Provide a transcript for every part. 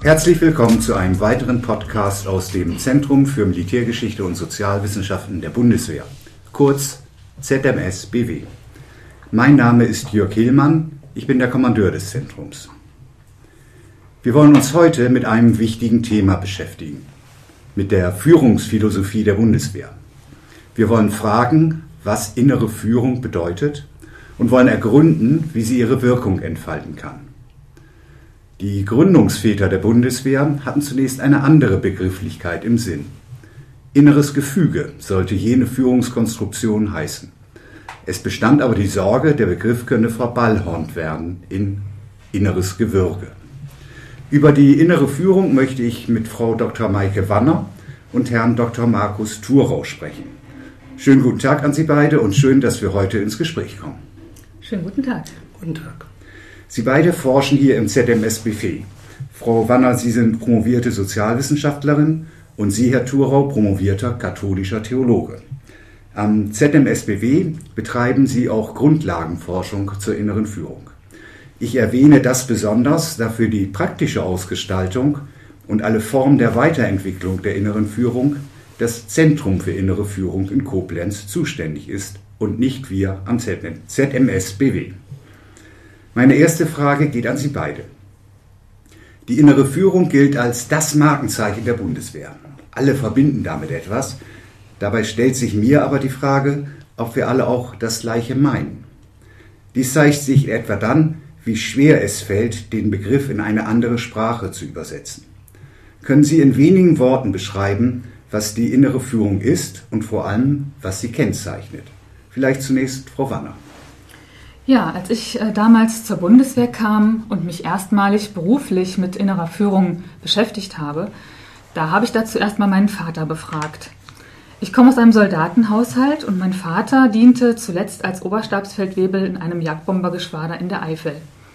Herzlich willkommen zu einem weiteren Podcast aus dem Zentrum für Militärgeschichte und Sozialwissenschaften der Bundeswehr, kurz ZMS-BW. Mein Name ist Jörg Hillmann, ich bin der Kommandeur des Zentrums. Wir wollen uns heute mit einem wichtigen Thema beschäftigen, mit der Führungsphilosophie der Bundeswehr. Wir wollen fragen, was innere Führung bedeutet und wollen ergründen, wie sie ihre Wirkung entfalten kann. Die Gründungsväter der Bundeswehr hatten zunächst eine andere Begrifflichkeit im Sinn. Inneres Gefüge sollte jene Führungskonstruktion heißen. Es bestand aber die Sorge, der Begriff könne verballhornt werden in inneres Gewürge. Über die innere Führung möchte ich mit Frau Dr. Maike Wanner und Herrn Dr. Markus Thurau sprechen. Schönen guten Tag an Sie beide und schön, dass wir heute ins Gespräch kommen. Schönen guten Tag. Guten Tag. Sie beide forschen hier im ZMS-BW. Frau Wanner, Sie sind promovierte Sozialwissenschaftlerin und Sie, Herr Thurau, promovierter katholischer Theologe. Am ZMS-BW betreiben Sie auch Grundlagenforschung zur inneren Führung. Ich erwähne das besonders, da für die praktische Ausgestaltung und alle Formen der Weiterentwicklung der inneren Führung das Zentrum für innere Führung in Koblenz zuständig ist und nicht wir am ZMS-BW. Meine erste Frage geht an Sie beide. Die innere Führung gilt als das Markenzeichen der Bundeswehr. Alle verbinden damit etwas. Dabei stellt sich mir aber die Frage, ob wir alle auch das Gleiche meinen. Dies zeigt sich etwa dann, wie schwer es fällt, den Begriff in eine andere Sprache zu übersetzen. Können Sie in wenigen Worten beschreiben, was die innere Führung ist und vor allem, was sie kennzeichnet? Vielleicht zunächst Frau Wanner. Ja, als ich damals zur Bundeswehr kam und mich erstmalig beruflich mit innerer Führung beschäftigt habe, da habe ich dazu erstmal meinen Vater befragt. Ich komme aus einem Soldatenhaushalt und mein Vater diente zuletzt als Oberstabsfeldwebel in einem Jagdbombergeschwader in der Eifel.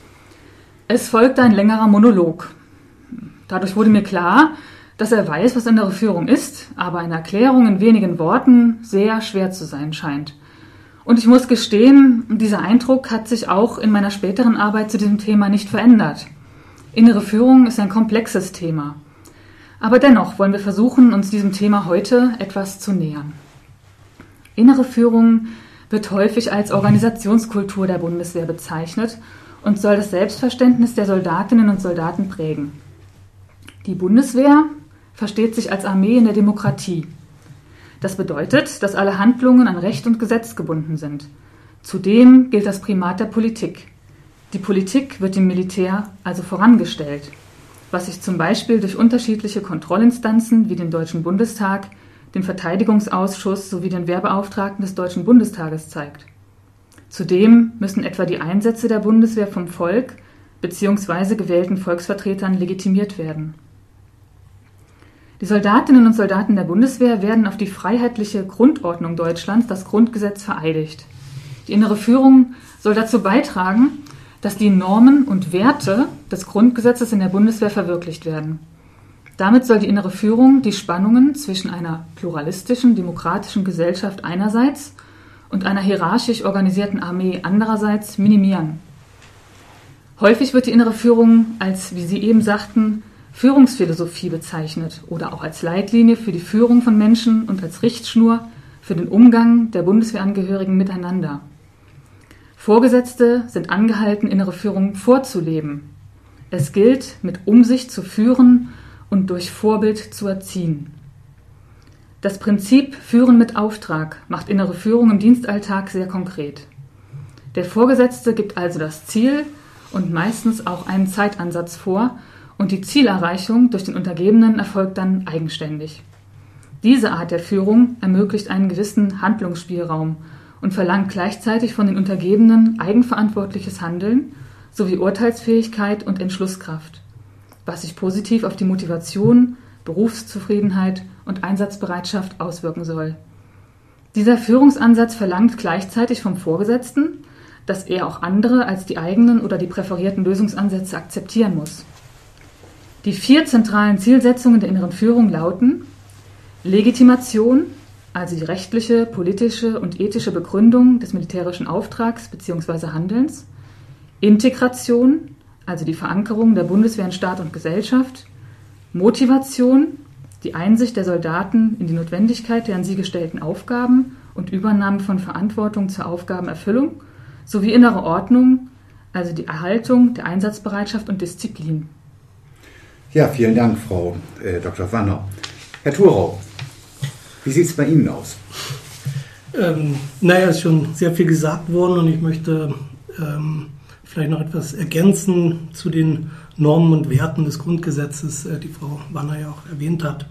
Es folgte ein längerer Monolog. Dadurch wurde mir klar, dass er weiß, was innere Führung ist, aber eine Erklärung in wenigen Worten sehr schwer zu sein scheint. Und ich muss gestehen, dieser Eindruck hat sich auch in meiner späteren Arbeit zu diesem Thema nicht verändert. Innere Führung ist ein komplexes Thema. Aber dennoch wollen wir versuchen, uns diesem Thema heute etwas zu nähern. Innere Führung wird häufig als Organisationskultur der Bundeswehr bezeichnet und soll das Selbstverständnis der Soldatinnen und Soldaten prägen. Die Bundeswehr versteht sich als Armee in der Demokratie. Das bedeutet, dass alle Handlungen an Recht und Gesetz gebunden sind. Zudem gilt das Primat der Politik. Die Politik wird dem Militär also vorangestellt, was sich zum Beispiel durch unterschiedliche Kontrollinstanzen wie den Deutschen Bundestag, den Verteidigungsausschuss sowie den Wehrbeauftragten des Deutschen Bundestages zeigt. Zudem müssen etwa die Einsätze der Bundeswehr vom Volk bzw. gewählten Volksvertretern legitimiert werden. Die Soldatinnen und Soldaten der Bundeswehr werden auf die freiheitliche Grundordnung Deutschlands, das Grundgesetz, vereidigt. Die innere Führung soll dazu beitragen, dass die Normen und Werte des Grundgesetzes in der Bundeswehr verwirklicht werden. Damit soll die innere Führung die Spannungen zwischen einer pluralistischen, demokratischen Gesellschaft einerseits und einer hierarchisch organisierten Armee andererseits minimieren. Häufig wird die innere Führung als, wie Sie eben sagten, Führungsphilosophie bezeichnet oder auch als Leitlinie für die Führung von Menschen und als Richtschnur für den Umgang der Bundeswehrangehörigen miteinander. Vorgesetzte sind angehalten, innere Führung vorzuleben. Es gilt, mit Umsicht zu führen und durch Vorbild zu erziehen. Das Prinzip Führen mit Auftrag macht innere Führung im Dienstalltag sehr konkret. Der Vorgesetzte gibt also das Ziel und meistens auch einen Zeitansatz vor, und die Zielerreichung durch den Untergebenen erfolgt dann eigenständig. Diese Art der Führung ermöglicht einen gewissen Handlungsspielraum und verlangt gleichzeitig von den Untergebenen eigenverantwortliches Handeln sowie Urteilsfähigkeit und Entschlusskraft, was sich positiv auf die Motivation, Berufszufriedenheit und Einsatzbereitschaft auswirken soll. Dieser Führungsansatz verlangt gleichzeitig vom Vorgesetzten, dass er auch andere als die eigenen oder die präferierten Lösungsansätze akzeptieren muss. Die 4 zentralen Zielsetzungen der inneren Führung lauten: Legitimation, also die rechtliche, politische und ethische Begründung des militärischen Auftrags bzw. Handelns; Integration, also die Verankerung der Bundeswehr in Staat und Gesellschaft; Motivation, die Einsicht der Soldaten in die Notwendigkeit der an sie gestellten Aufgaben und Übernahme von Verantwortung zur Aufgabenerfüllung sowie innere Ordnung, also die Erhaltung der Einsatzbereitschaft und Disziplin. Ja, vielen Dank, Frau Dr. Wanner. Herr Thurau, wie sieht es bei Ihnen aus? Es ist schon sehr viel gesagt worden und ich möchte vielleicht noch etwas ergänzen zu den Normen und Werten des Grundgesetzes, die Frau Wanner ja auch erwähnt hat.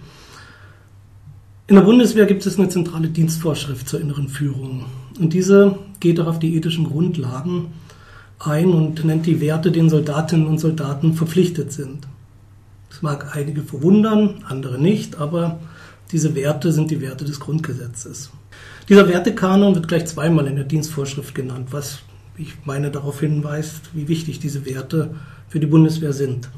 In der Bundeswehr gibt es eine zentrale Dienstvorschrift zur inneren Führung und diese geht auch auf die ethischen Grundlagen ein und nennt die Werte, denen Soldatinnen und Soldaten verpflichtet sind. Das mag einige verwundern, andere nicht, aber diese Werte sind die Werte des Grundgesetzes. Dieser Wertekanon wird gleich zweimal in der Dienstvorschrift genannt, was ich meine darauf hinweist, wie wichtig diese Werte für die Bundeswehr sind.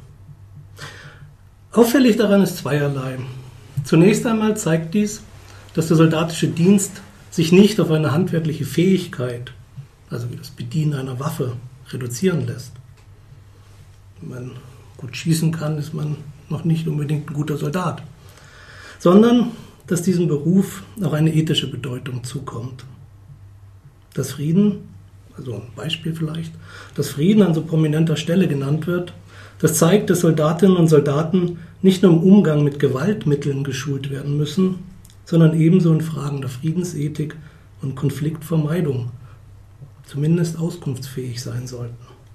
Auffällig daran ist zweierlei. Zunächst einmal zeigt dies, dass der soldatische Dienst sich nicht auf eine handwerkliche Fähigkeit, also wie das Bedienen einer Waffe, reduzieren lässt. Wenn man gut schießen kann, ist man noch nicht unbedingt ein guter Soldat, sondern dass diesem Beruf auch eine ethische Bedeutung zukommt. Dass Frieden, also ein Beispiel vielleicht, dass Frieden an so prominenter Stelle genannt wird, das zeigt, dass Soldatinnen und Soldaten nicht nur im Umgang mit Gewaltmitteln geschult werden müssen, sondern ebenso in Fragen der Friedensethik und Konfliktvermeidung zumindest auskunftsfähig sein sollten.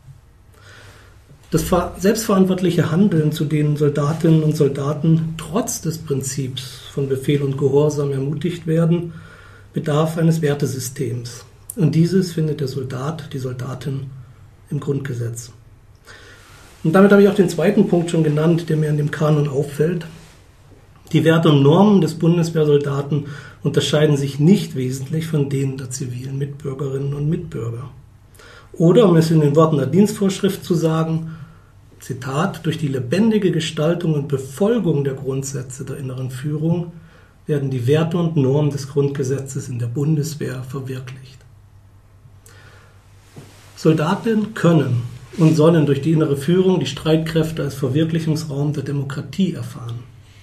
Das selbstverantwortliche Handeln, zu denen Soldatinnen und Soldaten trotz des Prinzips von Befehl und Gehorsam ermutigt werden, bedarf eines Wertesystems. Und dieses findet der Soldat, die Soldatin im Grundgesetz. Und damit habe ich auch den zweiten Punkt schon genannt, der mir in dem Kanon auffällt. Die Werte und Normen des Bundeswehrsoldaten unterscheiden sich nicht wesentlich von denen der zivilen Mitbürgerinnen und Mitbürger. Oder, um es in den Worten der Dienstvorschrift zu sagen, Zitat, durch die lebendige Gestaltung und Befolgung der Grundsätze der inneren Führung werden die Werte und Normen des Grundgesetzes in der Bundeswehr verwirklicht. Soldaten können und sollen durch die innere Führung die Streitkräfte als Verwirklichungsraum der Demokratie erfahren.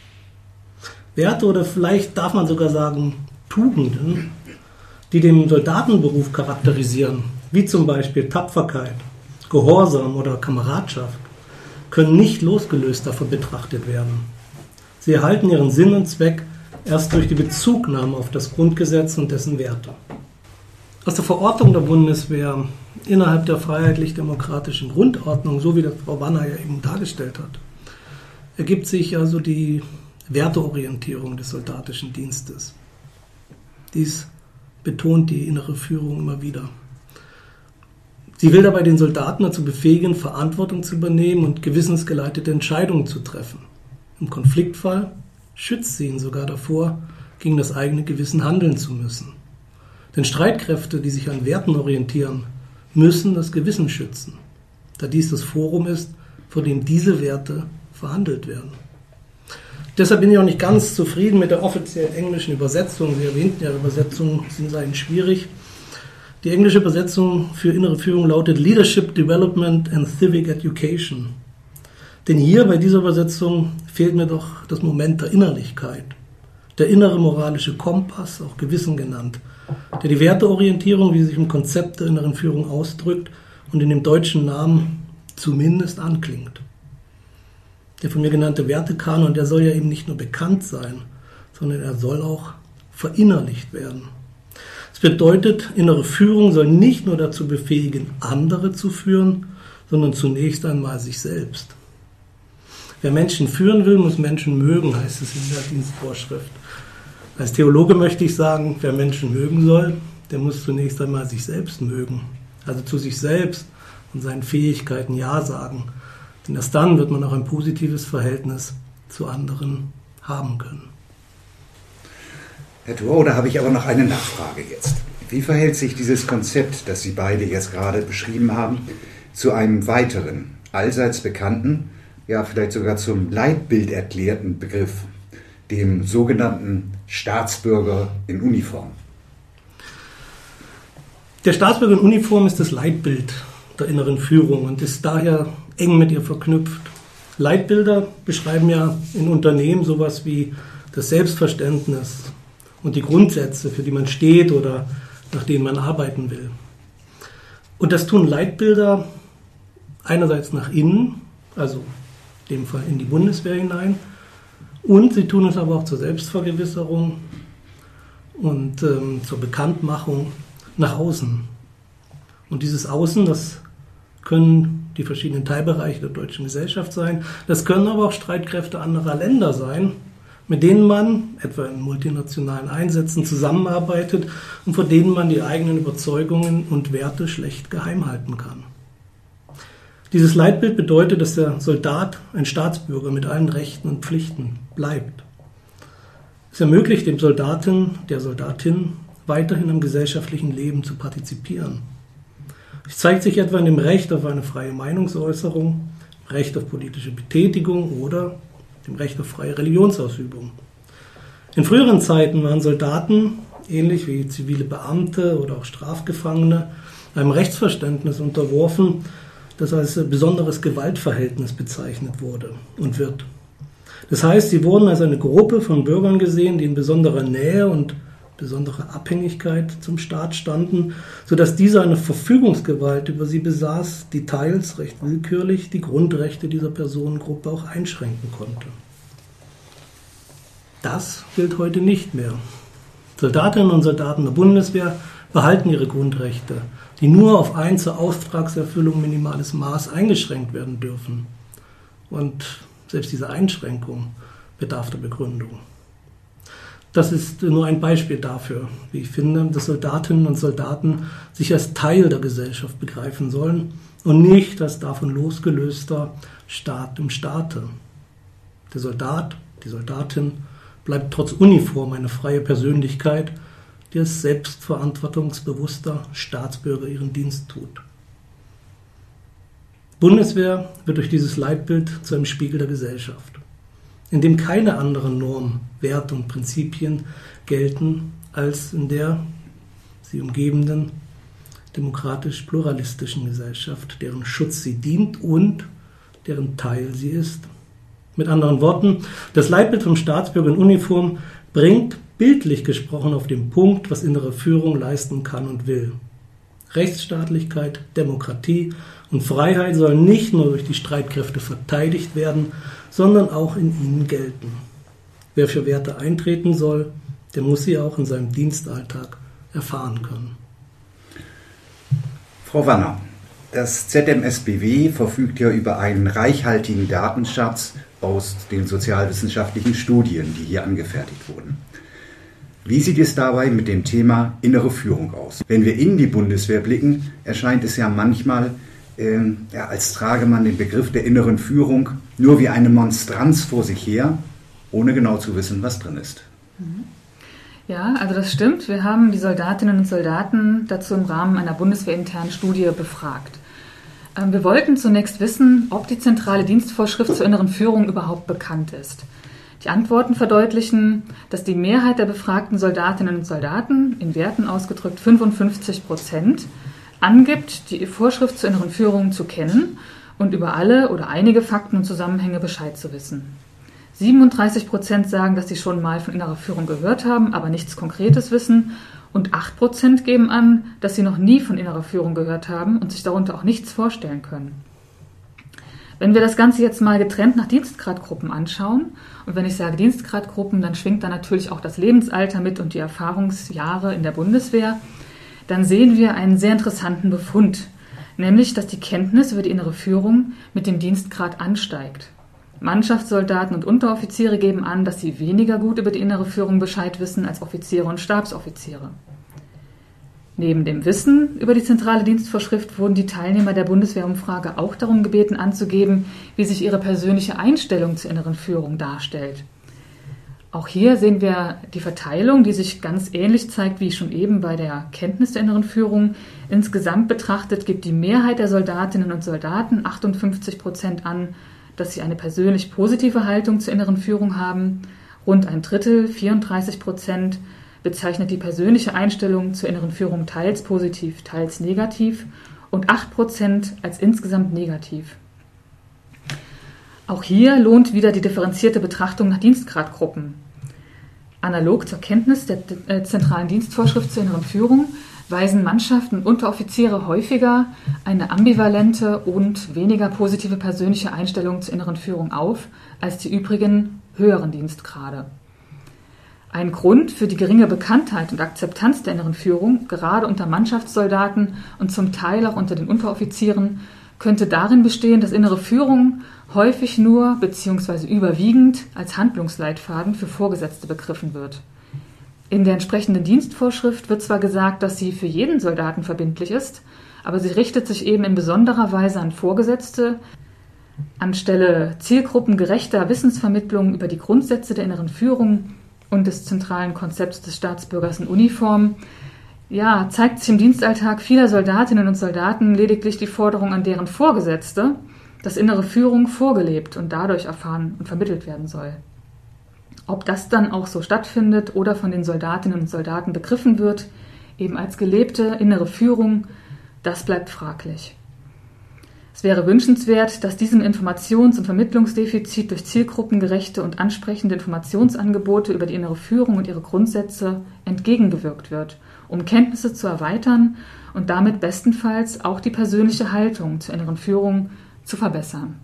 Werte oder vielleicht darf man sogar sagen Tugenden, die den Soldatenberuf charakterisieren, wie zum Beispiel Tapferkeit, Gehorsam oder Kameradschaft, können nicht losgelöst davon betrachtet werden. Sie erhalten ihren Sinn und Zweck erst durch die Bezugnahme auf das Grundgesetz und dessen Werte. Aus der Verortung der Bundeswehr innerhalb der freiheitlich-demokratischen Grundordnung, so wie das Frau Wanner ja eben dargestellt hat, ergibt sich also die Werteorientierung des soldatischen Dienstes. Dies betont die innere Führung immer wieder. Sie will dabei den Soldaten dazu befähigen, Verantwortung zu übernehmen und gewissensgeleitete Entscheidungen zu treffen. Im Konfliktfall schützt sie ihn sogar davor, gegen das eigene Gewissen handeln zu müssen. Denn Streitkräfte, die sich an Werten orientieren, müssen das Gewissen schützen, da dies das Forum ist, vor dem diese Werte verhandelt werden. Deshalb bin ich auch nicht ganz zufrieden mit der offiziellen englischen Übersetzung. Sie erwähnten ja, Übersetzungen seien schwierig. Die englische Übersetzung für innere Führung lautet Leadership Development and Civic Education. Denn hier bei dieser Übersetzung fehlt mir doch das Moment der Innerlichkeit, der innere moralische Kompass, auch Gewissen genannt, der die Werteorientierung, wie sie sich im Konzept der inneren Führung ausdrückt und in dem deutschen Namen zumindest anklingt. Der von mir genannte Wertekanon, der soll ja eben nicht nur bekannt sein, sondern er soll auch verinnerlicht werden. Das bedeutet, innere Führung soll nicht nur dazu befähigen, andere zu führen, sondern zunächst einmal sich selbst. Wer Menschen führen will, muss Menschen mögen, heißt es in der Dienstvorschrift. Als Theologe möchte ich sagen, wer Menschen mögen soll, der muss zunächst einmal sich selbst mögen. Also zu sich selbst und seinen Fähigkeiten Ja sagen. Denn erst dann wird man auch ein positives Verhältnis zu anderen haben können. Herr Thurau, da habe ich aber noch eine Nachfrage jetzt. Wie verhält sich dieses Konzept, das Sie beide jetzt gerade beschrieben haben, zu einem weiteren, allseits bekannten, ja vielleicht sogar zum Leitbild erklärten Begriff, dem sogenannten Staatsbürger in Uniform? Der Staatsbürger in Uniform ist das Leitbild der inneren Führung und ist daher eng mit ihr verknüpft. Leitbilder beschreiben ja in Unternehmen sowas wie das Selbstverständnis und die Grundsätze, für die man steht oder nach denen man arbeiten will. Und das tun Leitbilder einerseits nach innen, also in dem Fall in die Bundeswehr hinein, und sie tun es aber auch zur Selbstvergewisserung und zur Bekanntmachung nach außen. Und dieses Außen, das können die verschiedenen Teilbereiche der deutschen Gesellschaft sein, das können aber auch Streitkräfte anderer Länder sein, mit denen man etwa in multinationalen Einsätzen zusammenarbeitet und vor denen man die eigenen Überzeugungen und Werte schlecht geheim halten kann. Dieses Leitbild bedeutet, dass der Soldat ein Staatsbürger mit allen Rechten und Pflichten bleibt. Es ermöglicht dem Soldaten, der Soldatin, weiterhin am gesellschaftlichen Leben zu partizipieren. Es zeigt sich etwa in dem Recht auf eine freie Meinungsäußerung, Recht auf politische Betätigung oder dem Recht auf freie Religionsausübung. In früheren Zeiten waren Soldaten, ähnlich wie zivile Beamte oder auch Strafgefangene, einem Rechtsverständnis unterworfen, das als besonderes Gewaltverhältnis bezeichnet wurde und wird. Das heißt, sie wurden als eine Gruppe von Bürgern gesehen, die in besonderer Nähe und besonderer Abhängigkeit zum Staat standen, sodass dieser eine Verfügungsgewalt über sie besaß, die teils recht willkürlich die Grundrechte dieser Personengruppe auch einschränken konnte. Das gilt heute nicht mehr. Soldatinnen und Soldaten der Bundeswehr behalten ihre Grundrechte, die nur auf ein zur Auftragserfüllung minimales Maß eingeschränkt werden dürfen. Und selbst diese Einschränkung bedarf der Begründung. Das ist nur ein Beispiel dafür, wie ich finde, dass Soldatinnen und Soldaten sich als Teil der Gesellschaft begreifen sollen und nicht als davon losgelöster Staat im Staate. Der Soldat, die Soldatin bleibt trotz Uniform eine freie Persönlichkeit, die als selbstverantwortungsbewusster Staatsbürger ihren Dienst tut. Bundeswehr wird durch dieses Leitbild zu einem Spiegel der Gesellschaft, in dem keine anderen Normen, Werte und Prinzipien gelten als in der sie umgebenden demokratisch-pluralistischen Gesellschaft, deren Schutz sie dient und deren Teil sie ist. Mit anderen Worten, das Leitbild vom Staatsbürger in Uniform bringt bildlich gesprochen auf den Punkt, was innere Führung leisten kann und will. Rechtsstaatlichkeit, Demokratie und Freiheit sollen nicht nur durch die Streitkräfte verteidigt werden, sondern auch in ihnen gelten. Wer für Werte eintreten soll, der muss sie auch in seinem Dienstalltag erfahren können. Frau Wanner, das ZMSBW verfügt ja über einen reichhaltigen Datenschatz aus den sozialwissenschaftlichen Studien, die hier angefertigt wurden. Wie sieht es dabei mit dem Thema innere Führung aus? Wenn wir in die Bundeswehr blicken, erscheint es ja manchmal, als trage man den Begriff der inneren Führung nur wie eine Monstranz vor sich her, ohne genau zu wissen, was drin ist. Ja, also das stimmt. Wir haben die Soldatinnen und Soldaten dazu im Rahmen einer bundeswehrinternen Studie befragt. Wir wollten zunächst wissen, ob die zentrale Dienstvorschrift zur inneren Führung überhaupt bekannt ist. Die Antworten verdeutlichen, dass die Mehrheit der befragten Soldatinnen und Soldaten, in Werten ausgedrückt 55%, angibt, die Vorschrift zur inneren Führung zu kennen und über alle oder einige Fakten und Zusammenhänge Bescheid zu wissen. 37% sagen, dass sie schon mal von innerer Führung gehört haben, aber nichts Konkretes wissen. Und 8% geben an, dass sie noch nie von innerer Führung gehört haben und sich darunter auch nichts vorstellen können. Wenn wir das Ganze jetzt mal getrennt nach Dienstgradgruppen anschauen, und wenn ich sage Dienstgradgruppen, dann schwingt da natürlich auch das Lebensalter mit und die Erfahrungsjahre in der Bundeswehr, dann sehen wir einen sehr interessanten Befund, nämlich, dass die Kenntnis über die innere Führung mit dem Dienstgrad ansteigt. Mannschaftssoldaten und Unteroffiziere geben an, dass sie weniger gut über die innere Führung Bescheid wissen als Offiziere und Stabsoffiziere. Neben dem Wissen über die zentrale Dienstvorschrift wurden die Teilnehmer der Bundeswehrumfrage auch darum gebeten anzugeben, wie sich ihre persönliche Einstellung zur inneren Führung darstellt. Auch hier sehen wir die Verteilung, die sich ganz ähnlich zeigt wie schon eben bei der Kenntnis der inneren Führung. Insgesamt betrachtet gibt die Mehrheit der Soldatinnen und Soldaten 58% an, dass sie eine persönlich positive Haltung zur inneren Führung haben. Rund ein Drittel, 34%, bezeichnet die persönliche Einstellung zur inneren Führung teils positiv, teils negativ und 8% als insgesamt negativ. Auch hier lohnt wieder die differenzierte Betrachtung nach Dienstgradgruppen. Analog zur Kenntnis der zentralen Dienstvorschrift zur inneren Führung weisen Mannschaften und Unteroffiziere häufiger eine ambivalente und weniger positive persönliche Einstellung zur inneren Führung auf als die übrigen höheren Dienstgrade. Ein Grund für die geringe Bekanntheit und Akzeptanz der inneren Führung, gerade unter Mannschaftssoldaten und zum Teil auch unter den Unteroffizieren, könnte darin bestehen, dass innere Führung häufig nur bzw. überwiegend als Handlungsleitfaden für Vorgesetzte begriffen wird. In der entsprechenden Dienstvorschrift wird zwar gesagt, dass sie für jeden Soldaten verbindlich ist, aber sie richtet sich eben in besonderer Weise an Vorgesetzte. Anstelle zielgruppengerechter Wissensvermittlung über die Grundsätze der inneren Führung und des zentralen Konzepts des Staatsbürgers in Uniform, zeigt sich im Dienstalltag vieler Soldatinnen und Soldaten lediglich die Forderung an deren Vorgesetzte, dass innere Führung vorgelebt und dadurch erfahren und vermittelt werden soll. Ob das dann auch so stattfindet oder von den Soldatinnen und Soldaten begriffen wird, eben als gelebte innere Führung, das bleibt fraglich. Es wäre wünschenswert, dass diesem Informations- und Vermittlungsdefizit durch zielgruppengerechte und ansprechende Informationsangebote über die innere Führung und ihre Grundsätze entgegengewirkt wird, um Kenntnisse zu erweitern und damit bestenfalls auch die persönliche Haltung zur inneren Führung zu verbessern.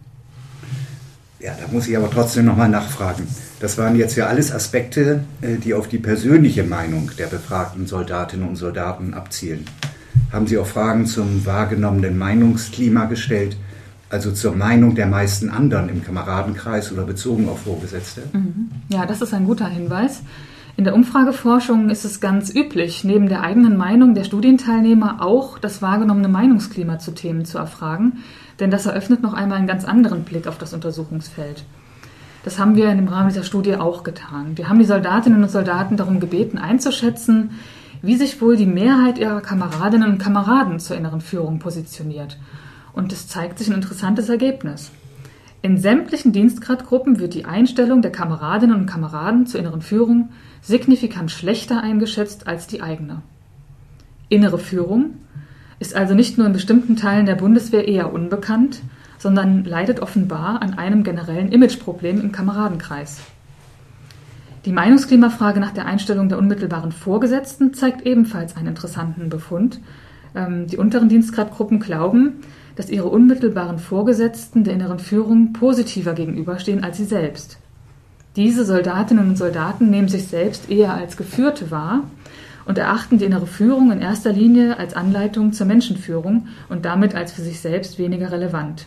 Ja, da muss ich aber trotzdem nochmal nachfragen. Das waren jetzt ja alles Aspekte, die auf die persönliche Meinung der befragten Soldatinnen und Soldaten abzielen. Haben Sie auch Fragen zum wahrgenommenen Meinungsklima gestellt, also zur Meinung der meisten anderen im Kameradenkreis oder bezogen auf Vorgesetzte? Ja, das ist ein guter Hinweis. In der Umfrageforschung ist es ganz üblich, neben der eigenen Meinung der Studienteilnehmer auch das wahrgenommene Meinungsklima zu Themen zu erfragen, denn das eröffnet noch einmal einen ganz anderen Blick auf das Untersuchungsfeld. Das haben wir im Rahmen dieser Studie auch getan. Wir haben die Soldatinnen und Soldaten darum gebeten, einzuschätzen, wie sich wohl die Mehrheit ihrer Kameradinnen und Kameraden zur inneren Führung positioniert. Und es zeigt sich ein interessantes Ergebnis. In sämtlichen Dienstgradgruppen wird die Einstellung der Kameradinnen und Kameraden zur inneren Führung signifikant schlechter eingeschätzt als die eigene. Innere Führung ist also nicht nur in bestimmten Teilen der Bundeswehr eher unbekannt, sondern leidet offenbar an einem generellen Imageproblem im Kameradenkreis. Die Meinungsklimafrage nach der Einstellung der unmittelbaren Vorgesetzten zeigt ebenfalls einen interessanten Befund. Die unteren Dienstgradgruppen glauben, dass ihre unmittelbaren Vorgesetzten der inneren Führung positiver gegenüberstehen als sie selbst. Diese Soldatinnen und Soldaten nehmen sich selbst eher als Geführte wahr und erachten die innere Führung in erster Linie als Anleitung zur Menschenführung und damit als für sich selbst weniger relevant.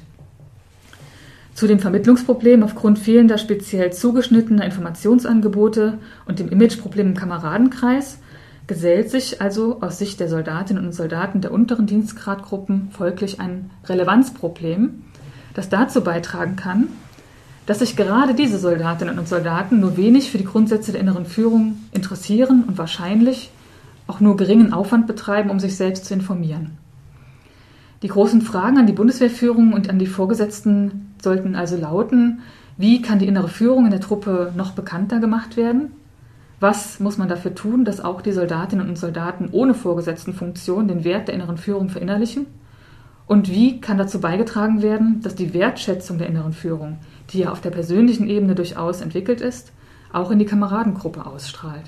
Zu dem Vermittlungsproblem aufgrund fehlender speziell zugeschnittener Informationsangebote und dem Imageproblem im Kameradenkreis gesellt sich also aus Sicht der Soldatinnen und Soldaten der unteren Dienstgradgruppen folglich ein Relevanzproblem, das dazu beitragen kann, dass sich gerade diese Soldatinnen und Soldaten nur wenig für die Grundsätze der inneren Führung interessieren und wahrscheinlich auch nur geringen Aufwand betreiben, um sich selbst zu informieren. Die großen Fragen an die Bundeswehrführung und an die Vorgesetzten sollten also lauten: Wie kann die innere Führung in der Truppe noch bekannter gemacht werden? Was muss man dafür tun, dass auch die Soldatinnen und Soldaten ohne Vorgesetztenfunktion den Wert der inneren Führung verinnerlichen? Und wie kann dazu beigetragen werden, dass die Wertschätzung der inneren Führung, die ja auf der persönlichen Ebene durchaus entwickelt ist, auch in die Kameradengruppe ausstrahlt?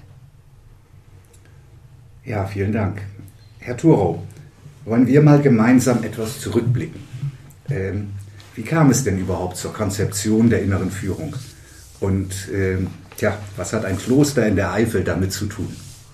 Ja, vielen Dank. Herr Thurau, wollen wir mal gemeinsam etwas zurückblicken? Wie kam es denn überhaupt zur Konzeption der inneren Führung? Und was hat ein Kloster in der Eifel damit zu tun?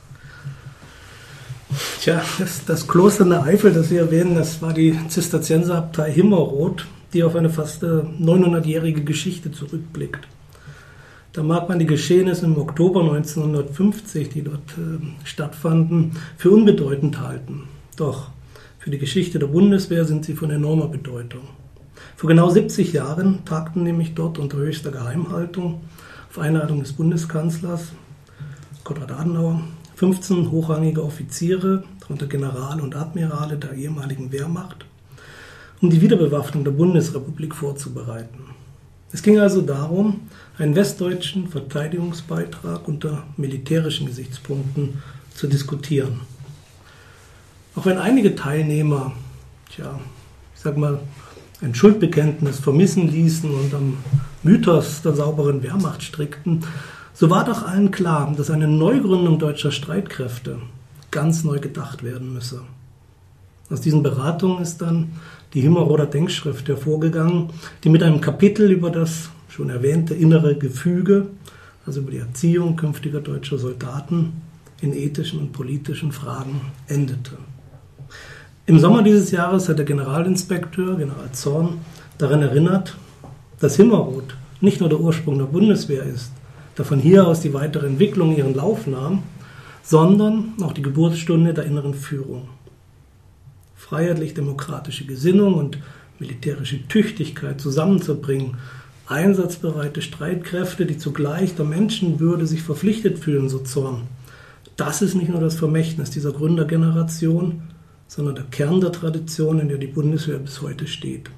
Tja, das Kloster in der Eifel, das Sie erwähnen, das war die Zisterzienserabtei Himmerod, die auf eine fast 900-jährige Geschichte zurückblickt. Da mag man die Geschehnisse im Oktober 1950, die dort stattfanden, für unbedeutend halten. Doch für die Geschichte der Bundeswehr sind sie von enormer Bedeutung. Vor genau 70 Jahren tagten nämlich dort unter höchster Geheimhaltung auf Einladung des Bundeskanzlers Konrad Adenauer 15 hochrangige Offiziere, darunter Generale und Admirale der ehemaligen Wehrmacht, um die Wiederbewaffnung der Bundesrepublik vorzubereiten. Es ging also darum, einen westdeutschen Verteidigungsbeitrag unter militärischen Gesichtspunkten zu diskutieren. Auch wenn einige Teilnehmer, ein Schuldbekenntnis vermissen ließen und am Mythos der sauberen Wehrmacht strickten, so war doch allen klar, dass eine Neugründung deutscher Streitkräfte ganz neu gedacht werden müsse. Aus diesen Beratungen ist dann die Himmerroder Denkschrift hervorgegangen, die mit einem Kapitel über das schon erwähnte innere Gefüge, also über die Erziehung künftiger deutscher Soldaten in ethischen und politischen Fragen endete. Im Sommer dieses Jahres hat der Generalinspekteur, General Zorn, daran erinnert, dass Himmerod nicht nur der Ursprung der Bundeswehr ist, da von hier aus die weitere Entwicklung ihren Lauf nahm, sondern auch die Geburtsstunde der inneren Führung. Freiheitlich-demokratische Gesinnung und militärische Tüchtigkeit zusammenzubringen, einsatzbereite Streitkräfte, die zugleich der Menschenwürde sich verpflichtet fühlen, so Zorn. Das ist nicht nur das Vermächtnis dieser Gründergeneration, sondern der Kern der Tradition, in der die Bundeswehr bis heute steht.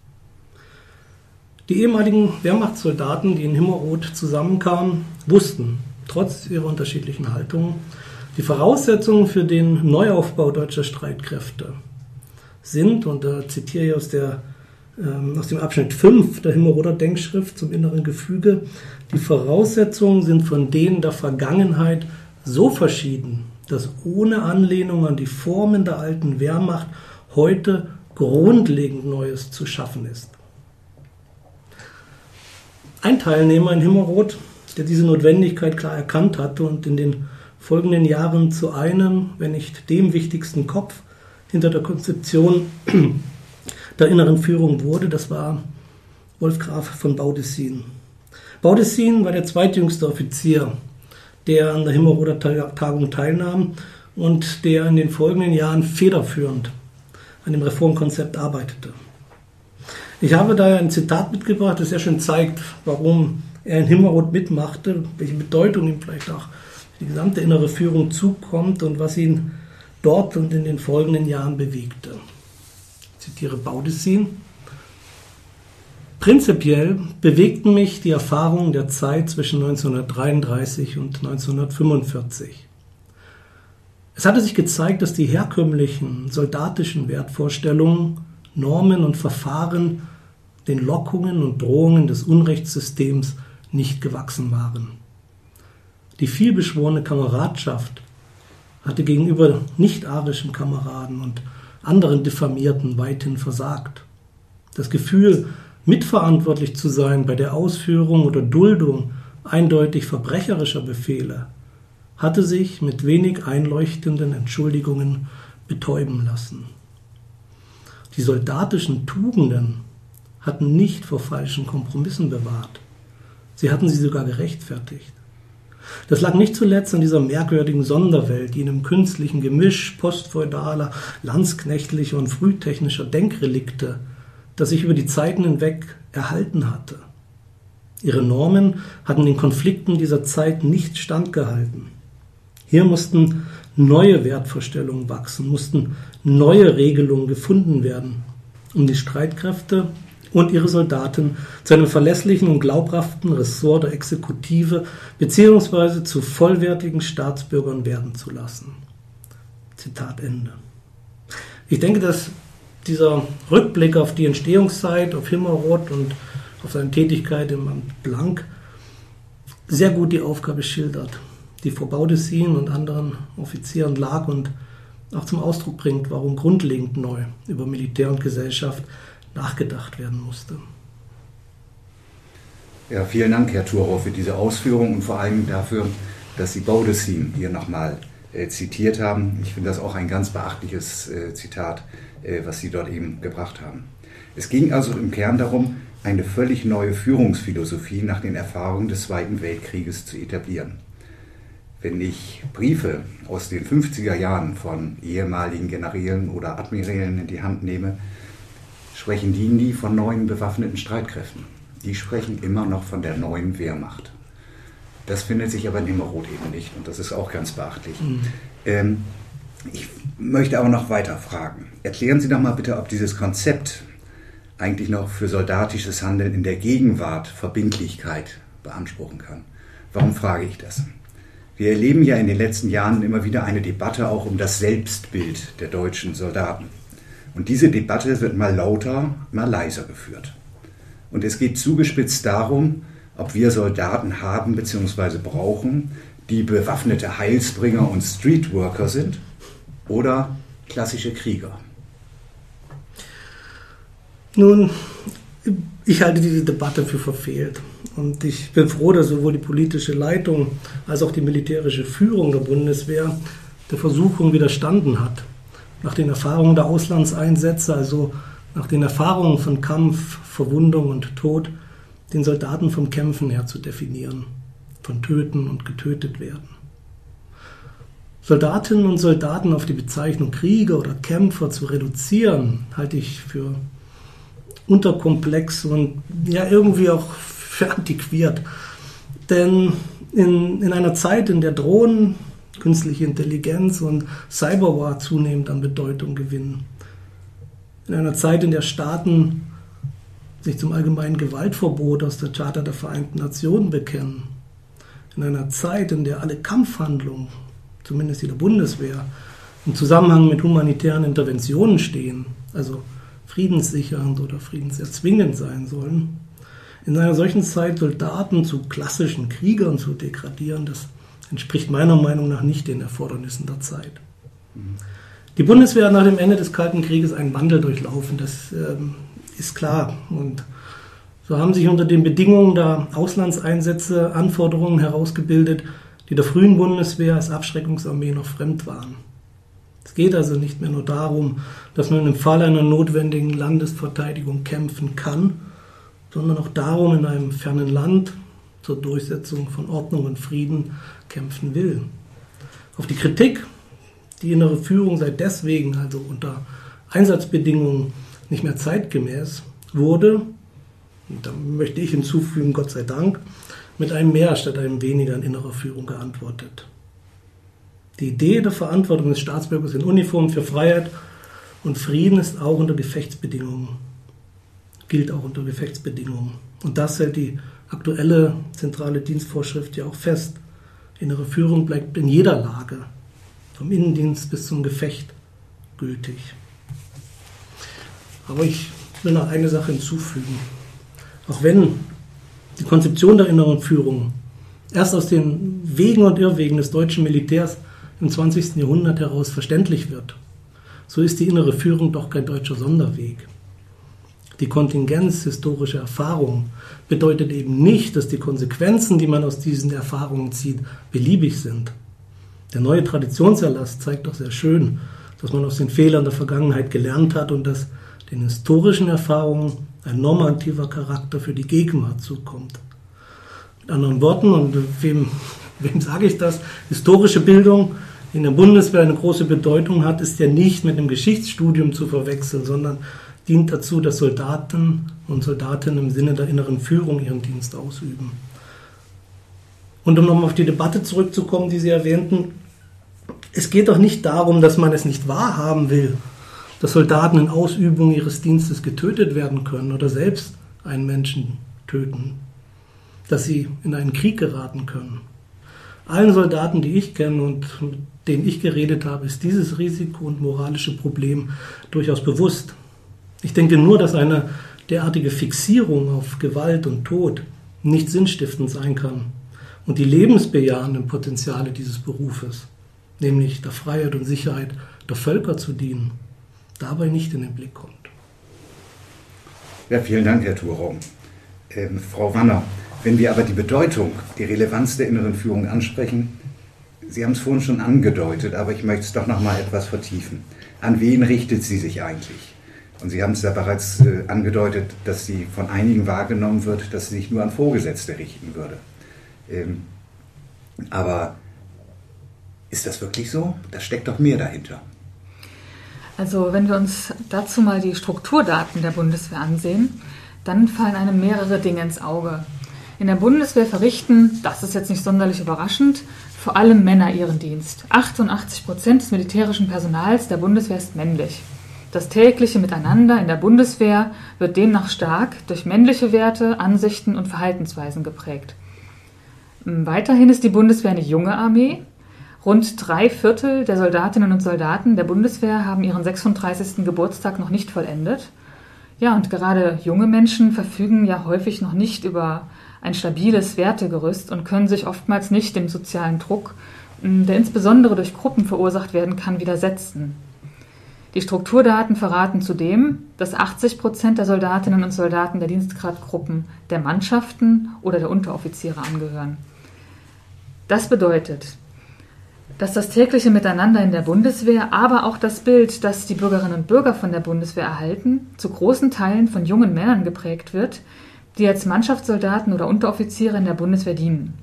Die ehemaligen Wehrmachtssoldaten, die in Himmerod zusammenkamen, wussten, trotz ihrer unterschiedlichen Haltungen, die Voraussetzungen für den Neuaufbau deutscher Streitkräfte sind, und da zitiere ich aus dem Abschnitt 5 der Himmerroder Denkschrift zum inneren Gefüge, die Voraussetzungen sind von denen der Vergangenheit so verschieden, dass ohne Anlehnung an die Formen der alten Wehrmacht heute grundlegend Neues zu schaffen ist. Ein Teilnehmer in Himmerod, der diese Notwendigkeit klar erkannt hatte und in den folgenden Jahren zu einem, wenn nicht dem wichtigsten Kopf hinter der Konzeption der inneren Führung wurde, das war Wolf Graf von Baudissin. Baudissin war der zweitjüngste Offizier, der an der Himmerroder Tagung teilnahm und der in den folgenden Jahren federführend an dem Reformkonzept arbeitete. Ich habe daher ein Zitat mitgebracht, das sehr schön zeigt, warum er in Himmerod mitmachte, welche Bedeutung ihm vielleicht auch die gesamte innere Führung zukommt und was ihn dort und in den folgenden Jahren bewegte. Ich zitiere Baudissin: Prinzipiell bewegten mich die Erfahrungen der Zeit zwischen 1933 und 1945. Es hatte sich gezeigt, dass die herkömmlichen soldatischen Wertvorstellungen, Normen und Verfahren den Lockungen und Drohungen des Unrechtssystems nicht gewachsen waren. Die vielbeschworene Kameradschaft hatte gegenüber nicht-arischen Kameraden und anderen Diffamierten weithin versagt. Das Gefühl, mitverantwortlich zu sein bei der Ausführung oder Duldung eindeutig verbrecherischer Befehle, hatte sich mit wenig einleuchtenden Entschuldigungen betäuben lassen. Die soldatischen Tugenden hatten nicht vor falschen Kompromissen bewahrt. Sie hatten sie sogar gerechtfertigt. Das lag nicht zuletzt an dieser merkwürdigen Sonderwelt, die in einem künstlichen Gemisch postfeudaler, landsknechtlicher und frühtechnischer Denkrelikte, das sich über die Zeiten hinweg erhalten hatte. Ihre Normen hatten den Konflikten dieser Zeit nicht standgehalten. Hier mussten neue Wertvorstellungen wachsen, mussten neue Regelungen gefunden werden, um die Streitkräfte und ihre Soldaten zu einem verlässlichen und glaubhaften Ressort der Exekutive bzw. zu vollwertigen Staatsbürgern werden zu lassen. Zitat Ende. Ich denke, dass dieser Rückblick auf die Entstehungszeit, auf Himmerod und auf seine Tätigkeit im Amt Blank sehr gut die Aufgabe schildert, die vor Baudissin und anderen Offizieren lag und auch zum Ausdruck bringt, warum grundlegend neu über Militär und Gesellschaft nachgedacht werden musste. Ja, vielen Dank, Herr Thurau, für diese Ausführung und vor allem dafür, dass Sie Baudissin hier nochmal zitiert haben. Ich finde das auch ein ganz beachtliches Zitat, was Sie dort eben gebracht haben. Es ging also im Kern darum, eine völlig neue Führungsphilosophie nach den Erfahrungen des Zweiten Weltkrieges zu etablieren. Wenn ich Briefe aus den 50er Jahren von ehemaligen Generälen oder Admirälen in die Hand nehme, sprechen die nie von neuen bewaffneten Streitkräften. Die sprechen immer noch von der neuen Wehrmacht. Das findet sich aber in Himmerod eben nicht und das ist auch ganz beachtlich. Ich möchte aber noch weiter fragen. Erklären Sie doch mal bitte, ob dieses Konzept eigentlich noch für soldatisches Handeln in der Gegenwart Verbindlichkeit beanspruchen kann. Warum frage ich das? Wir erleben ja in den letzten Jahren immer wieder eine Debatte auch um das Selbstbild der deutschen Soldaten. Und diese Debatte wird mal lauter, mal leiser geführt. Und es geht zugespitzt darum, ob wir Soldaten haben bzw. brauchen, die bewaffnete Heilsbringer und Streetworker sind oder klassische Krieger. Nun, ich halte diese Debatte für verfehlt. Und ich bin froh, dass sowohl die politische Leitung als auch die militärische Führung der Bundeswehr der Versuchung widerstanden hat, nach den Erfahrungen der Auslandseinsätze, also nach den Erfahrungen von Kampf, Verwundung und Tod, den Soldaten vom Kämpfen her zu definieren, von Töten und getötet werden. Soldatinnen und Soldaten auf die Bezeichnung Krieger oder Kämpfer zu reduzieren, halte ich für unterkomplex und ja irgendwie auch für antiquiert. Denn in einer Zeit, in der Drohnen, künstliche Intelligenz und Cyberwar zunehmend an Bedeutung gewinnen, in einer Zeit, in der Staaten sich zum allgemeinen Gewaltverbot aus der Charta der Vereinten Nationen bekennen, in einer Zeit, in der alle Kampfhandlungen, zumindest die der Bundeswehr, im Zusammenhang mit humanitären Interventionen stehen, also friedenssichernd oder friedenserzwingend sein sollen, in einer solchen Zeit Soldaten zu klassischen Kriegern zu degradieren, das entspricht meiner Meinung nach nicht den Erfordernissen der Zeit. Die Bundeswehr hat nach dem Ende des Kalten Krieges einen Wandel durchlaufen, das ist klar. Und so haben sich unter den Bedingungen der Auslandseinsätze Anforderungen herausgebildet, die der frühen Bundeswehr als Abschreckungsarmee noch fremd waren. Es geht also nicht mehr nur darum, dass man im Fall einer notwendigen Landesverteidigung kämpfen kann, sondern auch darum, in einem fernen Land zur Durchsetzung von Ordnung und Frieden kämpfen will. Auf die Kritik, die innere Führung sei deswegen, also unter Einsatzbedingungen, nicht mehr zeitgemäß, wurde, und da möchte ich hinzufügen, Gott sei Dank, mit einem Mehr statt einem Weniger an innerer Führung geantwortet. Die Idee der Verantwortung des Staatsbürgers in Uniform für Freiheit und Frieden ist auch unter Gefechtsbedingungen, gilt auch unter Gefechtsbedingungen. Und das hält die aktuelle zentrale Dienstvorschrift ja auch fest. Innere Führung bleibt in jeder Lage, vom Innendienst bis zum Gefecht, gültig. Aber ich will noch eine Sache hinzufügen. Auch wenn die Konzeption der inneren Führung erst aus den Wegen und Irrwegen des deutschen Militärs im 20. Jahrhundert heraus verständlich wird, so ist die innere Führung doch kein deutscher Sonderweg. Die Kontingenz historischer Erfahrungen bedeutet eben nicht, dass die Konsequenzen, die man aus diesen Erfahrungen zieht, beliebig sind. Der neue Traditionserlass zeigt doch sehr schön, dass man aus den Fehlern der Vergangenheit gelernt hat und dass den historischen Erfahrungen ein normativer Charakter für die Gegenwart zukommt. Mit anderen Worten, und wem sage ich das, historische Bildung, die in der Bundeswehr eine große Bedeutung hat, ist ja nicht mit einem Geschichtsstudium zu verwechseln, sondern dient dazu, dass Soldaten und Soldatinnen im Sinne der inneren Führung ihren Dienst ausüben. Und um nochmal auf die Debatte zurückzukommen, die Sie erwähnten, es geht doch nicht darum, dass man es nicht wahrhaben will, dass Soldaten in Ausübung ihres Dienstes getötet werden können oder selbst einen Menschen töten, dass sie in einen Krieg geraten können. Allen Soldaten, die ich kenne und mit denen ich geredet habe, ist dieses Risiko und moralische Problem durchaus bewusst. Ich denke nur, dass eine derartige Fixierung auf Gewalt und Tod nicht sinnstiftend sein kann und die lebensbejahenden Potenziale dieses Berufes, nämlich der Freiheit und Sicherheit der Völker zu dienen, dabei nicht in den Blick kommt. Ja, vielen Dank, Herr Thurau. Frau Wanner, wenn wir aber die Bedeutung, die Relevanz der inneren Führung ansprechen, Sie haben es vorhin schon angedeutet, aber ich möchte es doch noch mal etwas vertiefen. An wen richtet sie sich eigentlich? Und Sie haben es ja bereits angedeutet, dass sie von einigen wahrgenommen wird, dass sie sich nur an Vorgesetzte richten würde. Aber ist das wirklich so? Da steckt doch mehr dahinter. Also wenn wir uns dazu mal die Strukturdaten der Bundeswehr ansehen, dann fallen einem mehrere Dinge ins Auge. In der Bundeswehr verrichten, das ist jetzt nicht sonderlich überraschend, vor allem Männer ihren Dienst. 88% des militärischen Personals der Bundeswehr ist männlich. Das tägliche Miteinander in der Bundeswehr wird demnach stark durch männliche Werte, Ansichten und Verhaltensweisen geprägt. Weiterhin ist die Bundeswehr eine junge Armee Rund 3/4 der Soldatinnen und Soldaten der Bundeswehr haben ihren 36. Geburtstag noch nicht vollendet. Ja, und gerade junge Menschen verfügen ja häufig noch nicht über ein stabiles Wertegerüst und können sich oftmals nicht dem sozialen Druck, der insbesondere durch Gruppen verursacht werden kann, widersetzen. Die Strukturdaten verraten zudem, dass 80% der Soldatinnen und Soldaten der Dienstgradgruppen der Mannschaften oder der Unteroffiziere angehören. Das bedeutet, dass das tägliche Miteinander in der Bundeswehr, aber auch das Bild, das die Bürgerinnen und Bürger von der Bundeswehr erhalten, zu großen Teilen von jungen Männern geprägt wird, die als Mannschaftssoldaten oder Unteroffiziere in der Bundeswehr dienen.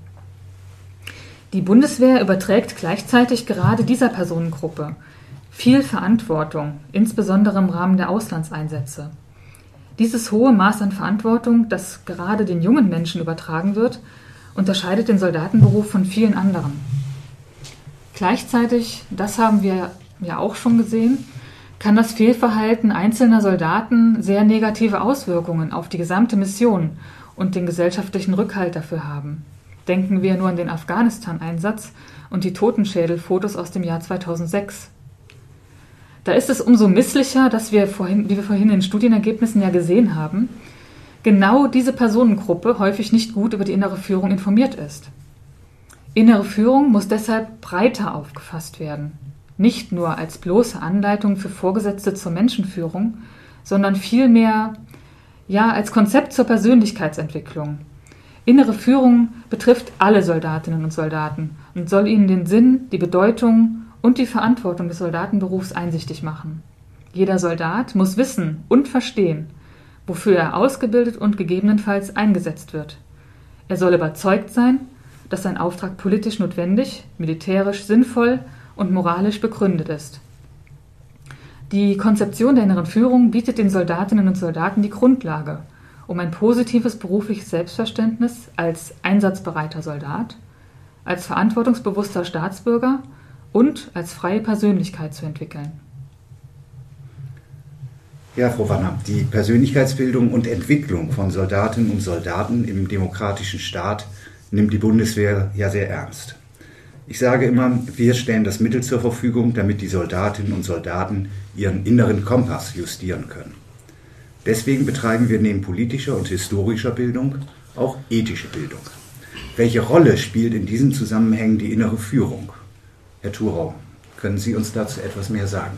Die Bundeswehr überträgt gleichzeitig gerade dieser Personengruppe viel Verantwortung, insbesondere im Rahmen der Auslandseinsätze. Dieses hohe Maß an Verantwortung, das gerade den jungen Menschen übertragen wird, unterscheidet den Soldatenberuf von vielen anderen. Gleichzeitig, das haben wir ja auch schon gesehen, kann das Fehlverhalten einzelner Soldaten sehr negative Auswirkungen auf die gesamte Mission und den gesellschaftlichen Rückhalt dafür haben. Denken wir nur an den Afghanistan-Einsatz und die Totenschädelfotos aus dem Jahr 2006. Da ist es umso misslicher, dass wir wie wir vorhin in den Studienergebnissen ja gesehen haben, genau diese Personengruppe häufig nicht gut über die innere Führung informiert ist. Innere Führung muss deshalb breiter aufgefasst werden. Nicht nur als bloße Anleitung für Vorgesetzte zur Menschenführung, sondern vielmehr als Konzept zur Persönlichkeitsentwicklung. Innere Führung betrifft alle Soldatinnen und Soldaten und soll ihnen den Sinn, die Bedeutung und die Verantwortung des Soldatenberufs einsichtig machen. Jeder Soldat muss wissen und verstehen, wofür er ausgebildet und gegebenenfalls eingesetzt wird. Er soll überzeugt sein, dass sein Auftrag politisch notwendig, militärisch sinnvoll und moralisch begründet ist. Die Konzeption der inneren Führung bietet den Soldatinnen und Soldaten die Grundlage, um ein positives berufliches Selbstverständnis als einsatzbereiter Soldat, als verantwortungsbewusster Staatsbürger und als freie Persönlichkeit zu entwickeln. Ja, Frau Wanner, die Persönlichkeitsbildung und Entwicklung von Soldatinnen und Soldaten im demokratischen Staat nimmt die Bundeswehr ja sehr ernst. Ich sage immer, wir stellen das Mittel zur Verfügung, damit die Soldatinnen und Soldaten ihren inneren Kompass justieren können. Deswegen betreiben wir neben politischer und historischer Bildung auch ethische Bildung. Welche Rolle spielt in diesen Zusammenhängen die innere Führung? Herr Thurau, können Sie uns dazu etwas mehr sagen?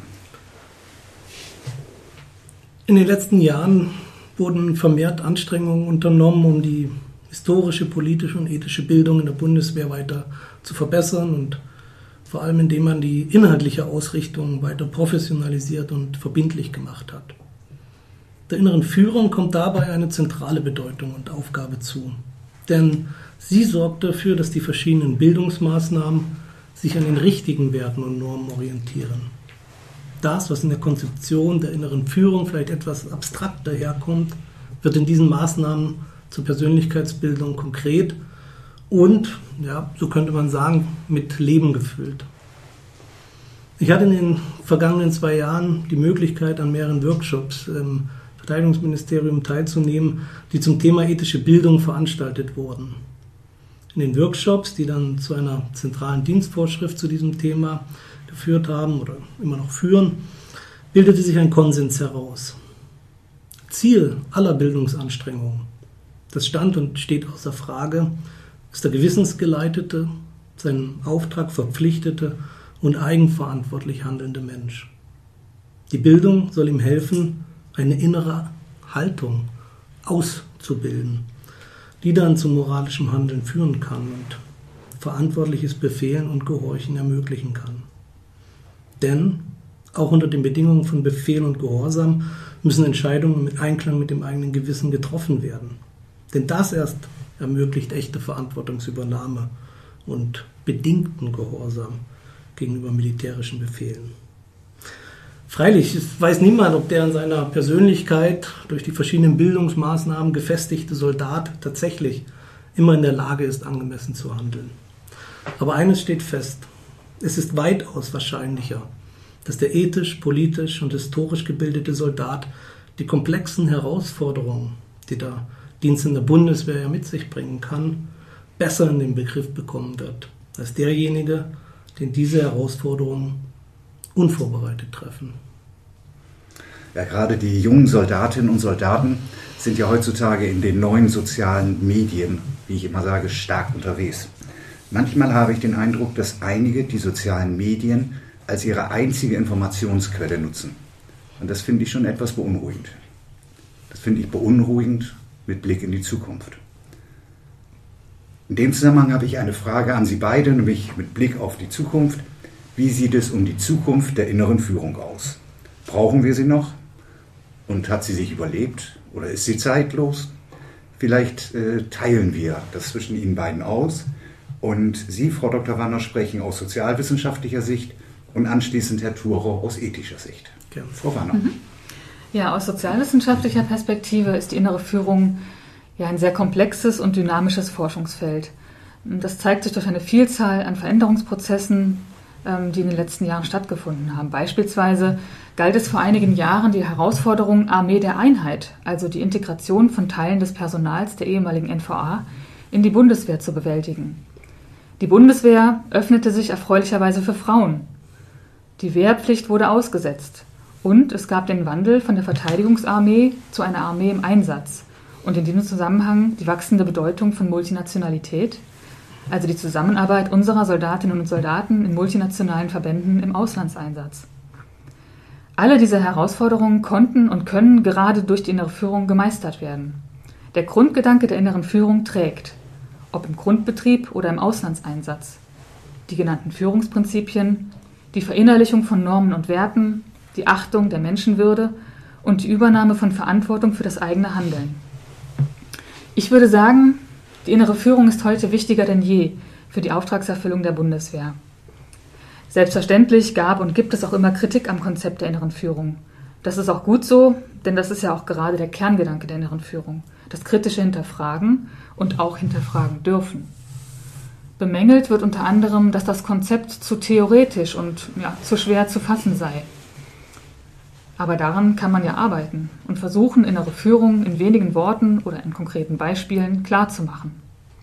In den letzten Jahren wurden vermehrt Anstrengungen unternommen, um die historische, politische und ethische Bildung in der Bundeswehr weiter zu verbessern und vor allem indem man die inhaltliche Ausrichtung weiter professionalisiert und verbindlich gemacht hat. Der inneren Führung kommt dabei eine zentrale Bedeutung und Aufgabe zu, denn sie sorgt dafür, dass die verschiedenen Bildungsmaßnahmen sich an den richtigen Werten und Normen orientieren. Das, was in der Konzeption der inneren Führung vielleicht etwas abstrakter herkommt, wird in diesen Maßnahmen zur Persönlichkeitsbildung konkret und, so könnte man sagen, mit Leben gefüllt. Ich hatte in den vergangenen 2 Jahren die Möglichkeit, an mehreren Workshops im Verteidigungsministerium teilzunehmen, die zum Thema ethische Bildung veranstaltet wurden. In den Workshops, die dann zu einer zentralen Dienstvorschrift zu diesem Thema geführt haben oder immer noch führen, bildete sich ein Konsens heraus. Ziel aller Bildungsanstrengungen, das stand und steht außer Frage, ist der gewissensgeleitete, seinen Auftrag verpflichtete und eigenverantwortlich handelnde Mensch. Die Bildung soll ihm helfen, eine innere Haltung auszubilden, die dann zu moralischem Handeln führen kann und verantwortliches Befehlen und Gehorchen ermöglichen kann. Denn auch unter den Bedingungen von Befehl und Gehorsam müssen Entscheidungen mit Einklang mit dem eigenen Gewissen getroffen werden. Denn das erst ermöglicht echte Verantwortungsübernahme und bedingten Gehorsam gegenüber militärischen Befehlen. Freilich weiß niemand, ob der in seiner Persönlichkeit durch die verschiedenen Bildungsmaßnahmen gefestigte Soldat tatsächlich immer in der Lage ist, angemessen zu handeln. Aber eines steht fest: Es ist weitaus wahrscheinlicher, dass der ethisch, politisch und historisch gebildete Soldat die komplexen Herausforderungen, die der Dienst in der Bundeswehr ja mit sich bringen kann, besser in den Begriff bekommen wird, als derjenige, den diese Herausforderungen unvorbereitet treffen. Ja, gerade die jungen Soldatinnen und Soldaten sind ja heutzutage in den neuen sozialen Medien, wie ich immer sage, stark unterwegs. Manchmal habe ich den Eindruck, dass einige die sozialen Medien als ihre einzige Informationsquelle nutzen. Und das finde ich schon etwas beunruhigend. Das finde ich beunruhigend mit Blick in die Zukunft. In dem Zusammenhang habe ich eine Frage an Sie beide, nämlich mit Blick auf die Zukunft. Wie sieht es um die Zukunft der inneren Führung aus? Brauchen wir sie noch? Und hat sie sich überlebt? Oder ist sie zeitlos? Vielleicht teilen wir das zwischen Ihnen beiden aus. Und Sie, Frau Dr. Wanner, sprechen aus sozialwissenschaftlicher Sicht und anschließend Herr Thurau aus ethischer Sicht. Gerne. Frau Wanner. Ja, aus sozialwissenschaftlicher Perspektive ist die innere Führung ja ein sehr komplexes und dynamisches Forschungsfeld. Das zeigt sich durch eine Vielzahl an Veränderungsprozessen, die in den letzten Jahren stattgefunden haben. Beispielsweise galt es vor einigen Jahren, die Herausforderung Armee der Einheit, also die Integration von Teilen des Personals der ehemaligen NVA, in die Bundeswehr zu bewältigen. Die Bundeswehr öffnete sich erfreulicherweise für Frauen. Die Wehrpflicht wurde ausgesetzt. Und es gab den Wandel von der Verteidigungsarmee zu einer Armee im Einsatz. Und in diesem Zusammenhang die wachsende Bedeutung von Multinationalität, also die Zusammenarbeit unserer Soldatinnen und Soldaten in multinationalen Verbänden im Auslandseinsatz. Alle diese Herausforderungen konnten und können gerade durch die innere Führung gemeistert werden. Der Grundgedanke der inneren Führung trägt, ob im Grundbetrieb oder im Auslandseinsatz. Die genannten Führungsprinzipien, die Verinnerlichung von Normen und Werten, die Achtung der Menschenwürde und die Übernahme von Verantwortung für das eigene Handeln. Ich würde sagen, die innere Führung ist heute wichtiger denn je für die Auftragserfüllung der Bundeswehr. Selbstverständlich gab und gibt es auch immer Kritik am Konzept der inneren Führung. Das ist auch gut so, denn das ist ja auch gerade der Kerngedanke der inneren Führung. Das kritische Hinterfragen und auch hinterfragen dürfen. Bemängelt wird unter anderem, dass das Konzept zu theoretisch und zu schwer zu fassen sei. Aber daran kann man ja arbeiten und versuchen, innere Führung in wenigen Worten oder in konkreten Beispielen klarzumachen.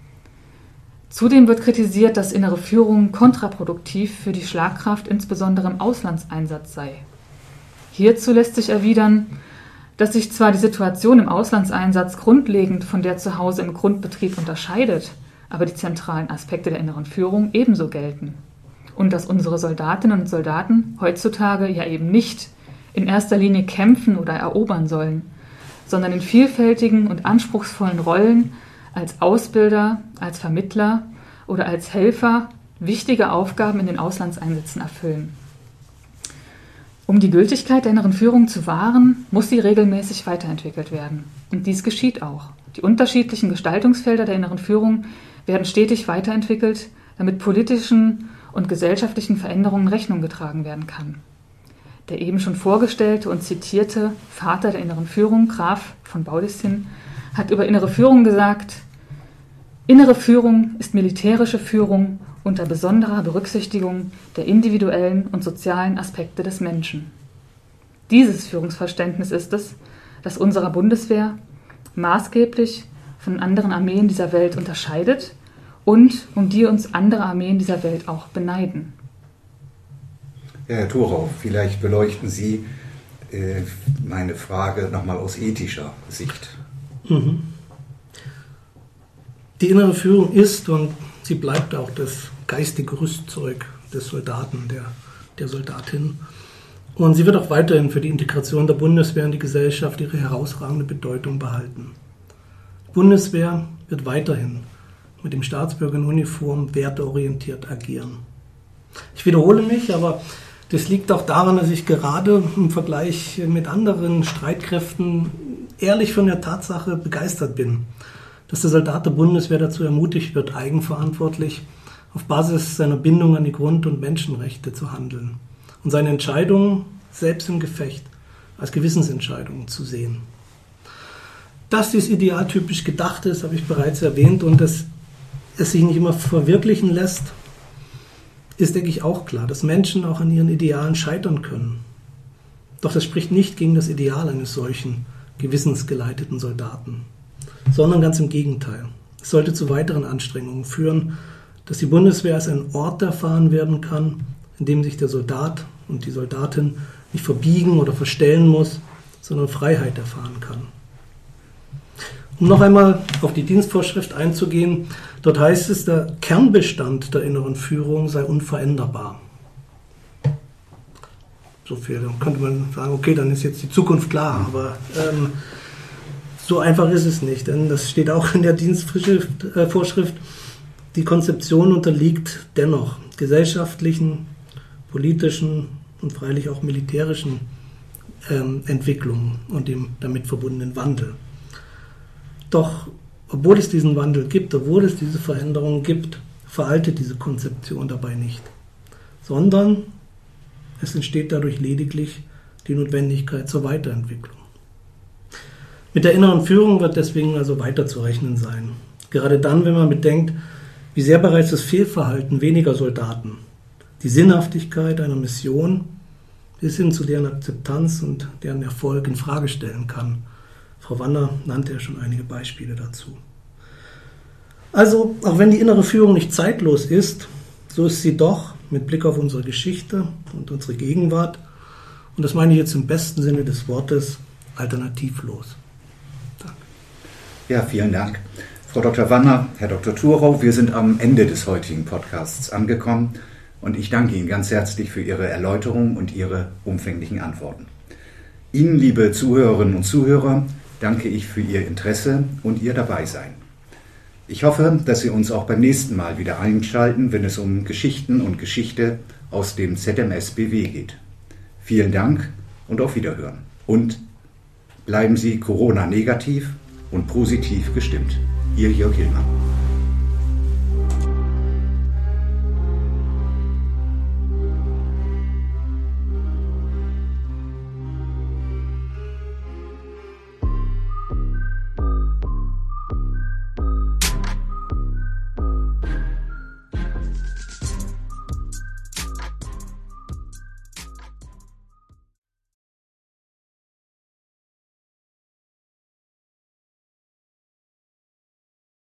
Zudem wird kritisiert, dass innere Führung kontraproduktiv für die Schlagkraft insbesondere im Auslandseinsatz sei. Hierzu lässt sich erwidern, dass sich zwar die Situation im Auslandseinsatz grundlegend von der zu Hause im Grundbetrieb unterscheidet, aber die zentralen Aspekte der inneren Führung ebenso gelten. Und dass unsere Soldatinnen und Soldaten heutzutage ja eben nicht in erster Linie kämpfen oder erobern sollen, sondern in vielfältigen und anspruchsvollen Rollen als Ausbilder, als Vermittler oder als Helfer wichtige Aufgaben in den Auslandseinsätzen erfüllen. Um die Gültigkeit der inneren Führung zu wahren, muss sie regelmäßig weiterentwickelt werden. Und dies geschieht auch. Die unterschiedlichen Gestaltungsfelder der inneren Führung werden stetig weiterentwickelt, damit politischen und gesellschaftlichen Veränderungen Rechnung getragen werden kann. Der eben schon vorgestellte und zitierte Vater der inneren Führung, Graf von Baudissin, hat über innere Führung gesagt: Innere Führung ist militärische Führung unter besonderer Berücksichtigung der individuellen und sozialen Aspekte des Menschen. Dieses Führungsverständnis ist es, das unserer Bundeswehr maßgeblich von anderen Armeen dieser Welt unterscheidet und um die uns andere Armeen dieser Welt auch beneiden. Ja, Herr Thurau, vielleicht beleuchten Sie meine Frage nochmal aus ethischer Sicht. Die innere Führung ist und sie bleibt auch das geistige Rüstzeug des Soldaten, der Soldatin. Und sie wird auch weiterhin für die Integration der Bundeswehr in die Gesellschaft ihre herausragende Bedeutung behalten. Die Bundeswehr wird weiterhin mit dem Staatsbürger in Uniform werteorientiert agieren. Ich wiederhole mich, aber das liegt auch daran, dass ich gerade im Vergleich mit anderen Streitkräften ehrlich von der Tatsache begeistert bin, dass der Soldat der Bundeswehr dazu ermutigt wird, eigenverantwortlich auf Basis seiner Bindung an die Grund- und Menschenrechte zu handeln und seine Entscheidungen selbst im Gefecht als Gewissensentscheidungen zu sehen. Dass dies idealtypisch gedacht ist, habe ich bereits erwähnt, und dass es sich nicht immer verwirklichen lässt, ist, denke ich, auch klar, dass Menschen auch an ihren Idealen scheitern können. Doch das spricht nicht gegen das Ideal eines solchen gewissensgeleiteten Soldaten, sondern ganz im Gegenteil. Es sollte zu weiteren Anstrengungen führen, dass die Bundeswehr als ein Ort erfahren werden kann, in dem sich der Soldat und die Soldatin nicht verbiegen oder verstellen muss, sondern Freiheit erfahren kann. Um noch einmal auf die Dienstvorschrift einzugehen, dort heißt es, der Kernbestand der inneren Führung sei unveränderbar. So viel, dann könnte man sagen, okay, dann ist jetzt die Zukunft klar, aber so einfach ist es nicht, denn das steht auch in der Dienstvorschrift, die Konzeption unterliegt dennoch gesellschaftlichen, politischen und freilich auch militärischen Entwicklungen und dem damit verbundenen Wandel. Doch, obwohl es diesen Wandel gibt, obwohl es diese Veränderungen gibt, veraltet diese Konzeption dabei nicht, sondern es entsteht dadurch lediglich die Notwendigkeit zur Weiterentwicklung. Mit der inneren Führung wird deswegen also weiterzurechnen sein. Gerade dann, wenn man bedenkt, wie sehr bereits das Fehlverhalten weniger Soldaten die Sinnhaftigkeit einer Mission bis hin zu deren Akzeptanz und deren Erfolg in Frage stellen kann. Frau Wanner nannte ja schon einige Beispiele dazu. Also, auch wenn die innere Führung nicht zeitlos ist, so ist sie doch mit Blick auf unsere Geschichte und unsere Gegenwart, und das meine ich jetzt im besten Sinne des Wortes, alternativlos. Danke. Ja, vielen Dank. Frau Dr. Wanner, Herr Dr. Thurau, wir sind am Ende des heutigen Podcasts angekommen und ich danke Ihnen ganz herzlich für Ihre Erläuterung und Ihre umfänglichen Antworten. Ihnen, liebe Zuhörerinnen und Zuhörer, danke ich für Ihr Interesse und Ihr Dabeisein. Ich hoffe, dass Sie uns auch beim nächsten Mal wieder einschalten, wenn es um Geschichten und Geschichte aus dem ZMS-BW geht. Vielen Dank und auf Wiederhören. Und bleiben Sie Corona-negativ und positiv gestimmt. Ihr Jörg Hillmann.